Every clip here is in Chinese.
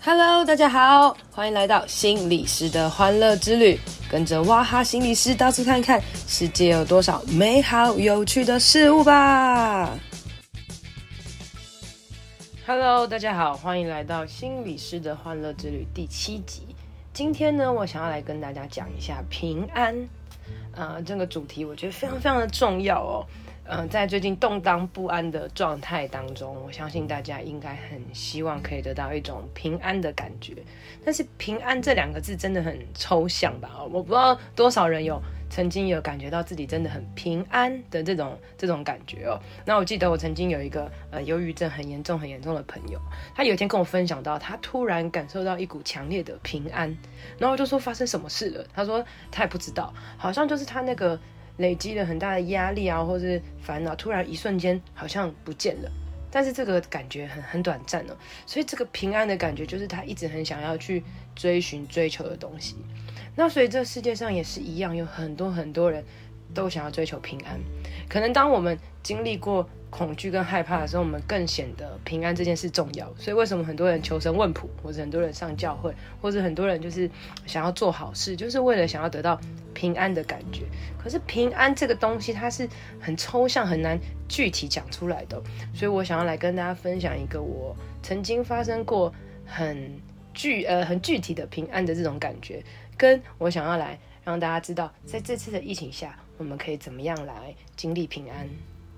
Hello， 大家好，欢迎来到心理师的欢乐之旅，跟着哇哈心理师到处看看世界有多少美好有趣的事物吧。Hello， 大家好，欢迎来到心理师的欢乐之旅第7集。今天呢，我想要来跟大家讲一下平安。这个主题我觉得非常非常的重要哦。在最近动荡不安的状态当中，我相信大家应该很希望可以得到一种平安的感觉。但是平安这2个字真的很抽象吧？我不知道多少人曾经有感觉到自己真的很平安的这种感觉哦。那我记得我曾经有一个忧郁症很严重的朋友，他有一天跟我分享到，他突然感受到一股强烈的平安，然后我就说发生什么事了？他说他也不知道，好像就是他那个累积了很大的压力啊，或是烦恼，突然一瞬间好像不见了。但是这个感觉很短暂哦，所以这个平安的感觉就是他一直很想要去追求的东西。那所以这世界上也是一样，有很多人都想要追求平安。可能当我们经历过恐惧跟害怕的时候，我们更显得平安这件事重要。所以为什么很多人求神问卜，或者很多人上教会，或者很多人就是想要做好事，就是为了想要得到平安的感觉。可是平安这个东西它是很抽象，很难具体讲出来的。所以我想要来跟大家分享一个我曾经发生过很具体的平安的这种感觉，跟我想要来让大家知道，在这次的疫情下，我们可以怎么样来经历平安。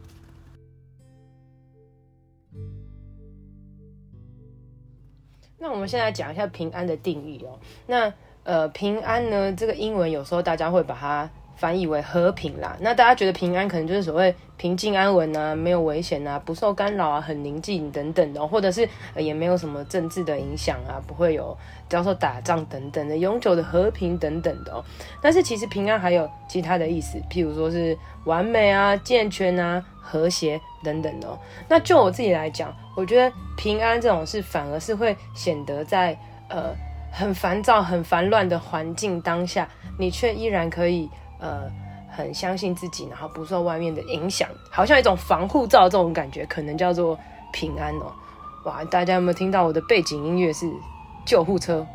那我们现在讲一下平安的定义哦。那平安呢，这个英文有时候大家会把它翻译为和平啦。那大家觉得平安可能就是所谓平静安稳啊，没有危险啊，不受干扰啊，很宁静等等的，或者是也没有什么政治的影响啊，不会有遭受打仗等等的，永久的和平等等的哦。但是其实平安还有其他的意思，譬如说是完美啊、健全啊、和谐等等的哦。那就我自己来讲，我觉得平安这种事反而是会显得在很烦躁、很烦乱的环境当下，你却依然可以很相信自己，然后不受外面的影响，好像一种防护罩这种感觉，可能叫做平安哦。哇，大家有没有听到我的背景音乐是救护车？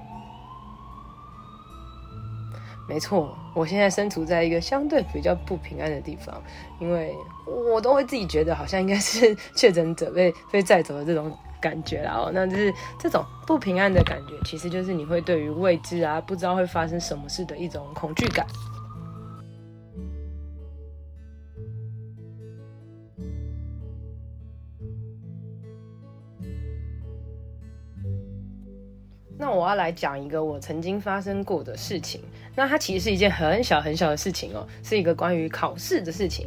没错，我现在身处在一个相对比较不平安的地方，因为我都会自己觉得好像应该是确诊者被载走的这种感觉啦哦。那就是这种不平安的感觉，其实就是你会对于未知啊，不知道会发生什么事的一种恐惧感。那我要来讲一个我曾经发生过的事情。那它其实是一件很小的事情哦，是一个关于考试的事情。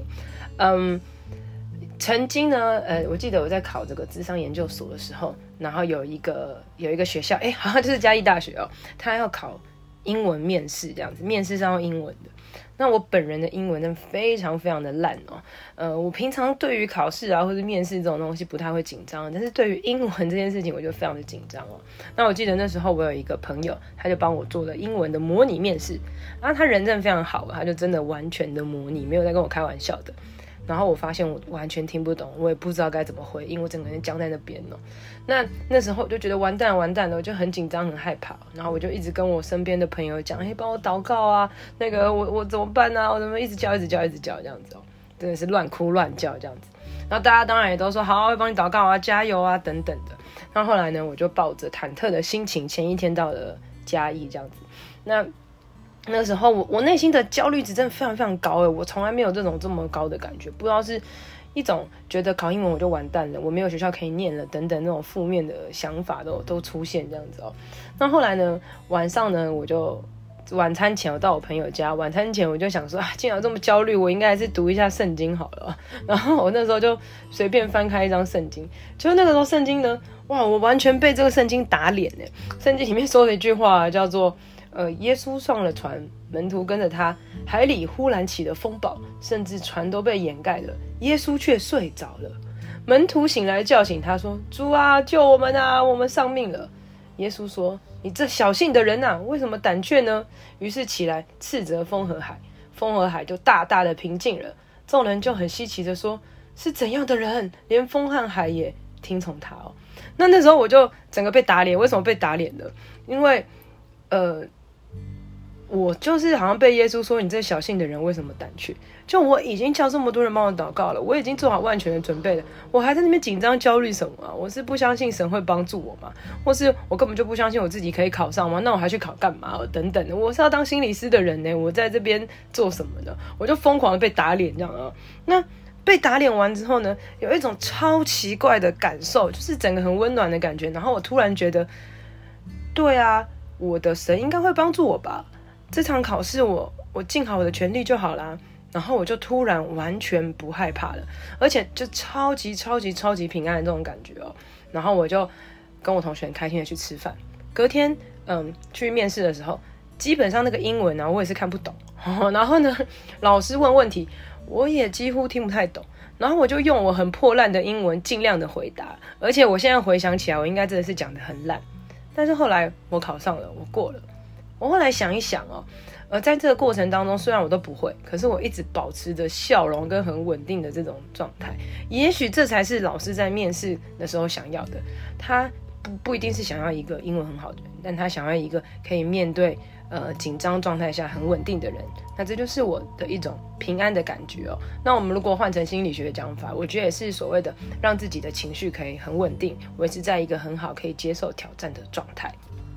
曾经呢，我记得我在考这个諮商研究所的时候，然后有一个学校，好像就是嘉义大学哦，他要考英文面试这样子，面试是要用英文的。那我本人的英文真的非常非常的烂哦。我平常对于考试啊或者面试这种东西不太会紧张，但是对于英文这件事情我就非常的紧张哦。那我记得那时候我有一个朋友，他就帮我做了英文的模拟面试，然后他人真的非常好，他就真的完全的模拟，没有在跟我开玩笑的。然后我发现我完全听不懂，我也不知道该怎么回应，我整个人僵在那边哦。那时候我就觉得完蛋了，我就很紧张很害怕，然后我就一直跟我身边的朋友讲，帮我祷告啊，那个我怎么办啊，我怎么一直叫这样子哦，真的是乱哭乱叫这样子。然后大家当然也都说好，我会帮你祷告啊，加油啊等等的。然后后来呢，我就抱着忐忑的心情，前一天到了嘉义这样子。那时候我内心的焦虑值真的非常非常高我从来没有这么高的感觉，不知道是一种觉得考英文我就完蛋了，我没有学校可以念了等等那种负面的想法都出现这样子哦。那后来呢，晚上呢，我就晚餐前我到我朋友家，晚餐前我就想说既然有这么焦虑，我应该还是读一下圣经好了。然后我那时候就随便翻开一张圣经，就那个时候圣经呢，哇，我完全被这个圣经打脸圣经里面说了一句话叫做耶稣上了船，门徒跟着他，海里忽然起了风暴，甚至船都被掩盖了，耶稣却睡着了。门徒醒来叫醒他说，主啊，救我们啊，我们丧命了。耶稣说，你这小信的人啊，为什么胆怯呢？于是起来斥责风和海，风和海就大大的平静了。众人就很稀奇的说，是怎样的人，连风和海也听从他哦。 那时候我就整个被打脸。为什么被打脸呢？因为我就是好像被耶稣说你这小信的人为什么胆怯？就我已经叫这么多人帮我祷告了，我已经做好万全的准备了，我还在那边紧张焦虑什么啊？我是不相信神会帮助我吗？或是我根本就不相信我自己可以考上吗？那我还去考干嘛？等等的，我是要当心理师的人呢，我在这边做什么呢？我就疯狂的被打脸这样啊。那被打脸完之后呢，有一种超奇怪的感受，就是整个很温暖的感觉。然后我突然觉得，对啊，我的神应该会帮助我吧？这场考试我尽好我的全力就好啦。然后我就突然完全不害怕了，而且就超级超级超级平安的这种感觉哦。然后我就跟我同学很开心的去吃饭。隔天去面试的时候，基本上那个英文啊我也是看不懂，然后呢老师问问题我也几乎听不太懂，然后我就用我很破烂的英文尽量的回答，而且我现在回想起来我应该真的是讲得很烂，但是后来我考上了，我过了。我后来想一想哦，在这个过程当中，虽然我都不会，可是我一直保持着笑容跟很稳定的这种状态。也许这才是老师在面试的时候想要的。他不一定是想要一个英文很好的人，但他想要一个可以面对紧张状态下很稳定的人。那这就是我的一种平安的感觉哦。那我们如果换成心理学的讲法，我觉得也是所谓的让自己的情绪可以很稳定，维持在一个很好可以接受挑战的状态。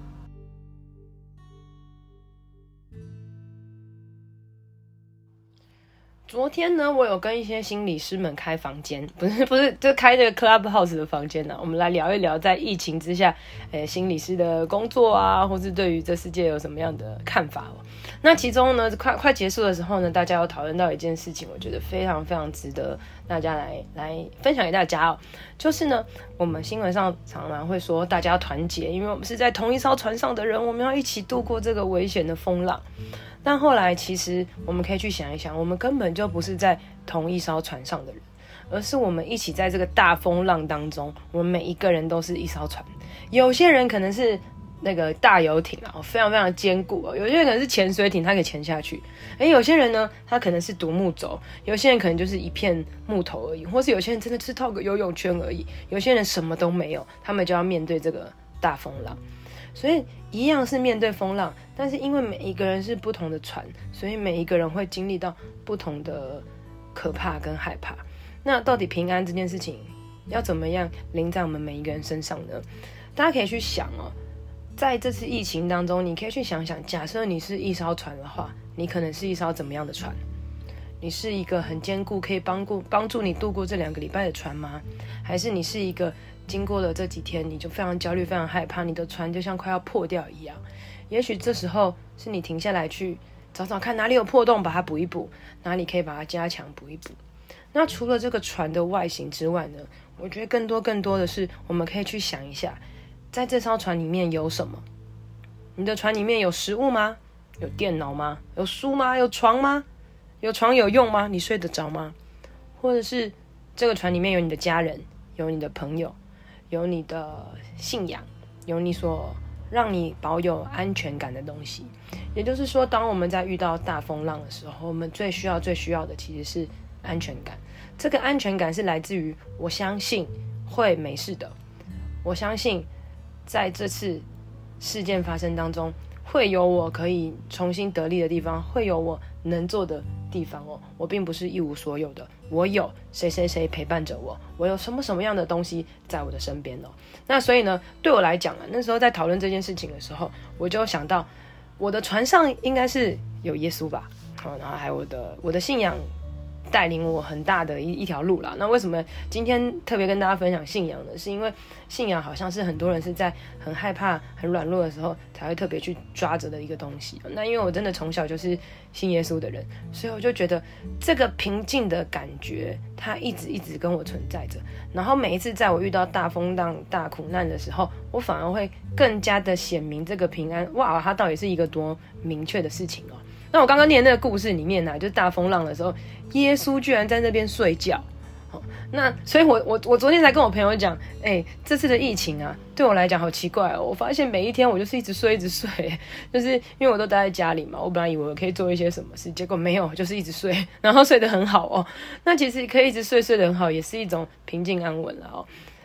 昨天呢，我有跟一些心理师们开房间，不是，就开这个 Clubhouse 的房间呢。我们来聊一聊在疫情之下，心理师的工作啊，或是对于这世界有什么样的看法哦。那其中呢，快结束的时候呢，大家有讨论到一件事情，我觉得非常非常值得大家来分享给大家哦。就是呢，我们新闻上常常会说大家要团结，因为我们是在同一艘船上的人，我们要一起度过这个危险的风浪。但后来其实我们可以去想一想，我们根本就不是在同一艘船上的人，而是我们一起在这个大风浪当中，我们每一个人都是一艘船。有些人可能是那个大游艇啊，非常非常坚固哦；有些人可能是潜水艇，他可以潜下去。有些人呢，他可能是独木舟；有些人可能就是一片木头而已，或是有些人真的是套个游泳圈而已。有些人什么都没有，他们就要面对这个大风浪。所以一样是面对风浪，但是因为每一个人是不同的船，所以每一个人会经历到不同的可怕跟害怕。那到底平安这件事情要怎么样临在我们每一个人身上呢？大家可以去想哦，在这次疫情当中，你可以去想想，假设你是一艘船的话，你可能是一艘怎么样的船？你是一个很坚固可以帮助你度过这2个礼拜的船吗？还是你是一个经过了这几天你就非常焦虑非常害怕，你的船就像快要破掉一样？也许这时候是你停下来去找找看哪里有破洞把它补一补，哪里可以把它加强补一补。那除了这个船的外形之外呢，我觉得更多的是我们可以去想一下，在这艘船里面有什么？你的船里面有食物吗？有电脑吗？有书吗？有床吗？有床有用吗？你睡得着吗？或者是这个船里面有你的家人，有你的朋友，有你的信仰，有你所让你保有安全感的东西。也就是说，当我们在遇到大风浪的时候，我们最需要的其实是安全感。这个安全感是来自于我相信会没事的，我相信在这次事件发生当中会有我可以重新得力的地方，会有我能做的地方哦。我并不是一无所有的，我有谁陪伴着我，我有什么样的东西在我的身边哦。那所以呢，对我来讲啊，那时候在讨论这件事情的时候，我就想到我的船上应该是有耶稣吧，然后还有我的信仰带领我很大的一条路啦。那为什么今天特别跟大家分享信仰呢？是因为信仰好像是很多人是在很害怕很软弱的时候才会特别去抓着的一个东西。那因为我真的从小就是信耶稣的人，所以我就觉得这个平静的感觉它一直跟我存在着。然后每一次在我遇到大风浪大苦难的时候，我反而会更加的显明这个平安，哇，它到底是一个多明确的事情哦。那我刚刚念的那个故事里面呢，就是大风浪的时候，耶稣居然在那边睡觉。那所以我昨天才跟我朋友讲，这次的疫情啊，对我来讲好奇怪哦。我发现每一天我就是一直睡，就是因为我都待在家里嘛。我本来以为我可以做一些什么事，结果没有，就是一直睡，然后睡得很好哦。那其实可以一直睡得很好，也是一种平静安稳了哦。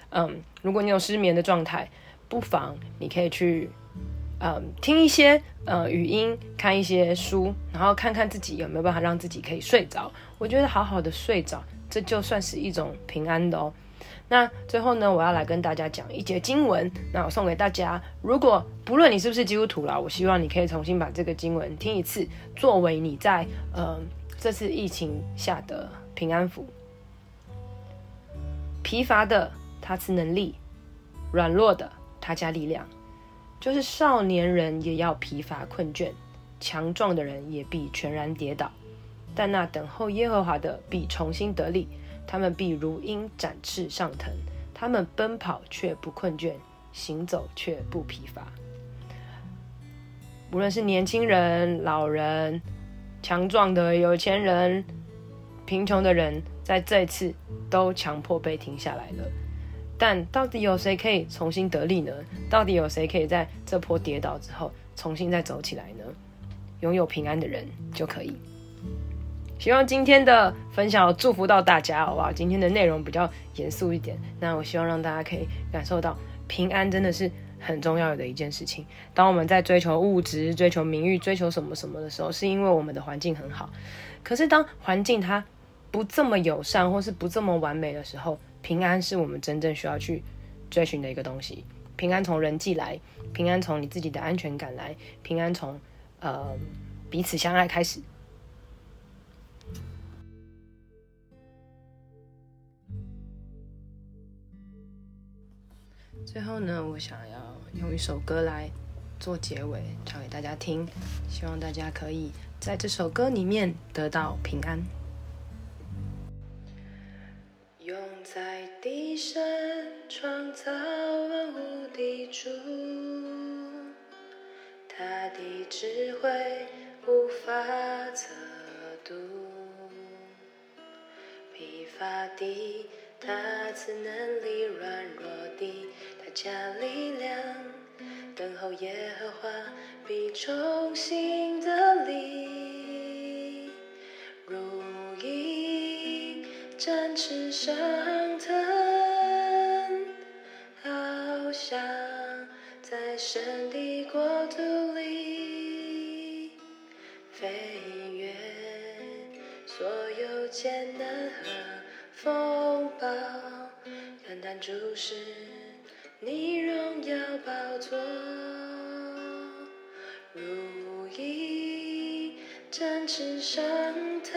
如果你有失眠的状态，不妨你可以去听一些语音，看一些书，然后看看自己有没有办法让自己可以睡着。我觉得好好的睡着，这就算是一种平安的哦。那最后呢，我要来跟大家讲一节经文，那我送给大家。如果不论你是不是基督徒啦，我希望你可以重新把这个经文听一次，作为你在这次疫情下的平安符。疲乏的他赐能力，软弱的他加力量。就是少年人也要疲乏困倦，强壮的人也必全然跌倒。但那等候耶和华的必重新得力，他们必如鹰展翅上腾，他们奔跑却不困倦，行走却不疲乏。无论是年轻人、老人、强壮的有钱人、贫穷的人，在这一次都强迫被停下来了。但到底有谁可以重新得力呢？到底有谁可以在这波跌倒之后重新再走起来呢？拥有平安的人就可以。希望今天的分享有祝福到大家，好不好？今天的内容比较严肃一点，那我希望让大家可以感受到平安真的是很重要的一件事情。当我们在追求物质、追求名誉、追求什么什么的时候，是因为我们的环境很好。可是当环境它不这么友善或是不这么完美的时候，平安是我们真正需要去追寻的一个东西。平安从人际来，平安从你自己的安全感来，平安从彼此相爱开始。最后呢，我想要用一首歌来做结尾，唱给大家听，希望大家可以在这首歌里面得到平安。用在地上创造万物的主，他的智慧无法测度，疲乏的他赐能力，软弱的他加力量，等候耶和华必重新得力，如鹰展翅上腾，翱翔在神的国度里，飞越所有艰难和风暴，单单注视你荣耀宝座，如鹰展翅上腾，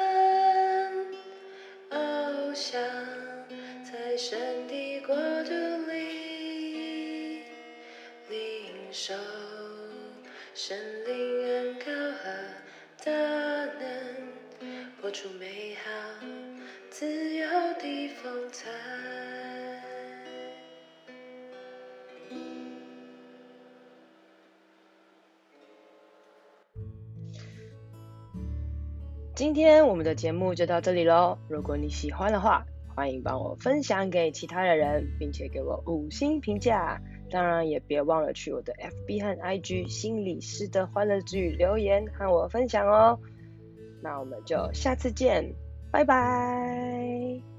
翱翔在神的国度里，领受神灵恩膏和大能，活出美好自由的风采。今天我们的节目就到这里咯，如果你喜欢的话，欢迎帮我分享给其他的人，并且给我5星评价。当然也别忘了去我的 FB 和 IG 心理师的欢乐之语留言和我分享哦。那我们就下次见，拜拜。